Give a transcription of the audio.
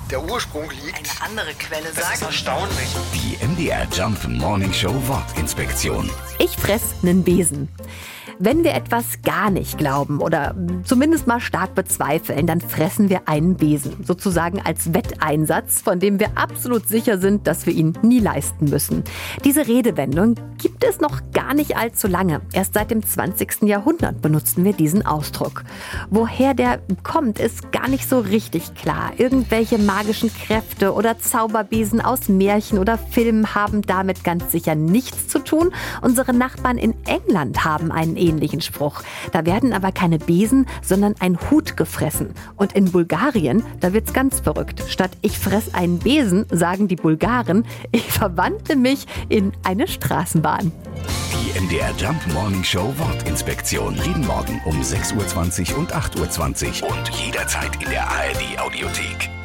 der Ursprung liegt. Eine andere Quelle Das sagt... ist erstaunlich. Die MDR Jump Morning Show Wortinspektion. Ich fress nen Besen. Wenn wir etwas gar nicht glauben oder zumindest mal stark bezweifeln, dann fressen wir einen Besen. Sozusagen als Wetteinsatz, von dem wir absolut sicher sind, dass wir ihn nie leisten müssen. Diese Redewendung gibt es noch gar nicht allzu lange. Erst seit dem 20. Jahrhundert benutzen wir diesen Ausdruck. Woher der kommt, ist gar nicht so richtig klar. Irgendwelche magischen Kräfte oder Zauberbesen aus Märchen oder Filmen haben damit ganz sicher nichts zu tun. Unsere Nachbarn in England haben einen ähnlichen Spruch. Da werden aber keine Besen, sondern ein Hut gefressen. Und in Bulgarien, da wird's ganz verrückt. Statt ich fress einen Besen, sagen die Bulgaren, ich verwandle mich in eine Straßenbahn. Die MDR Jump Morning Show Wortinspektion. Jeden Morgen um 6.20 Uhr und 8.20 Uhr und jederzeit in der ARD Audiothek.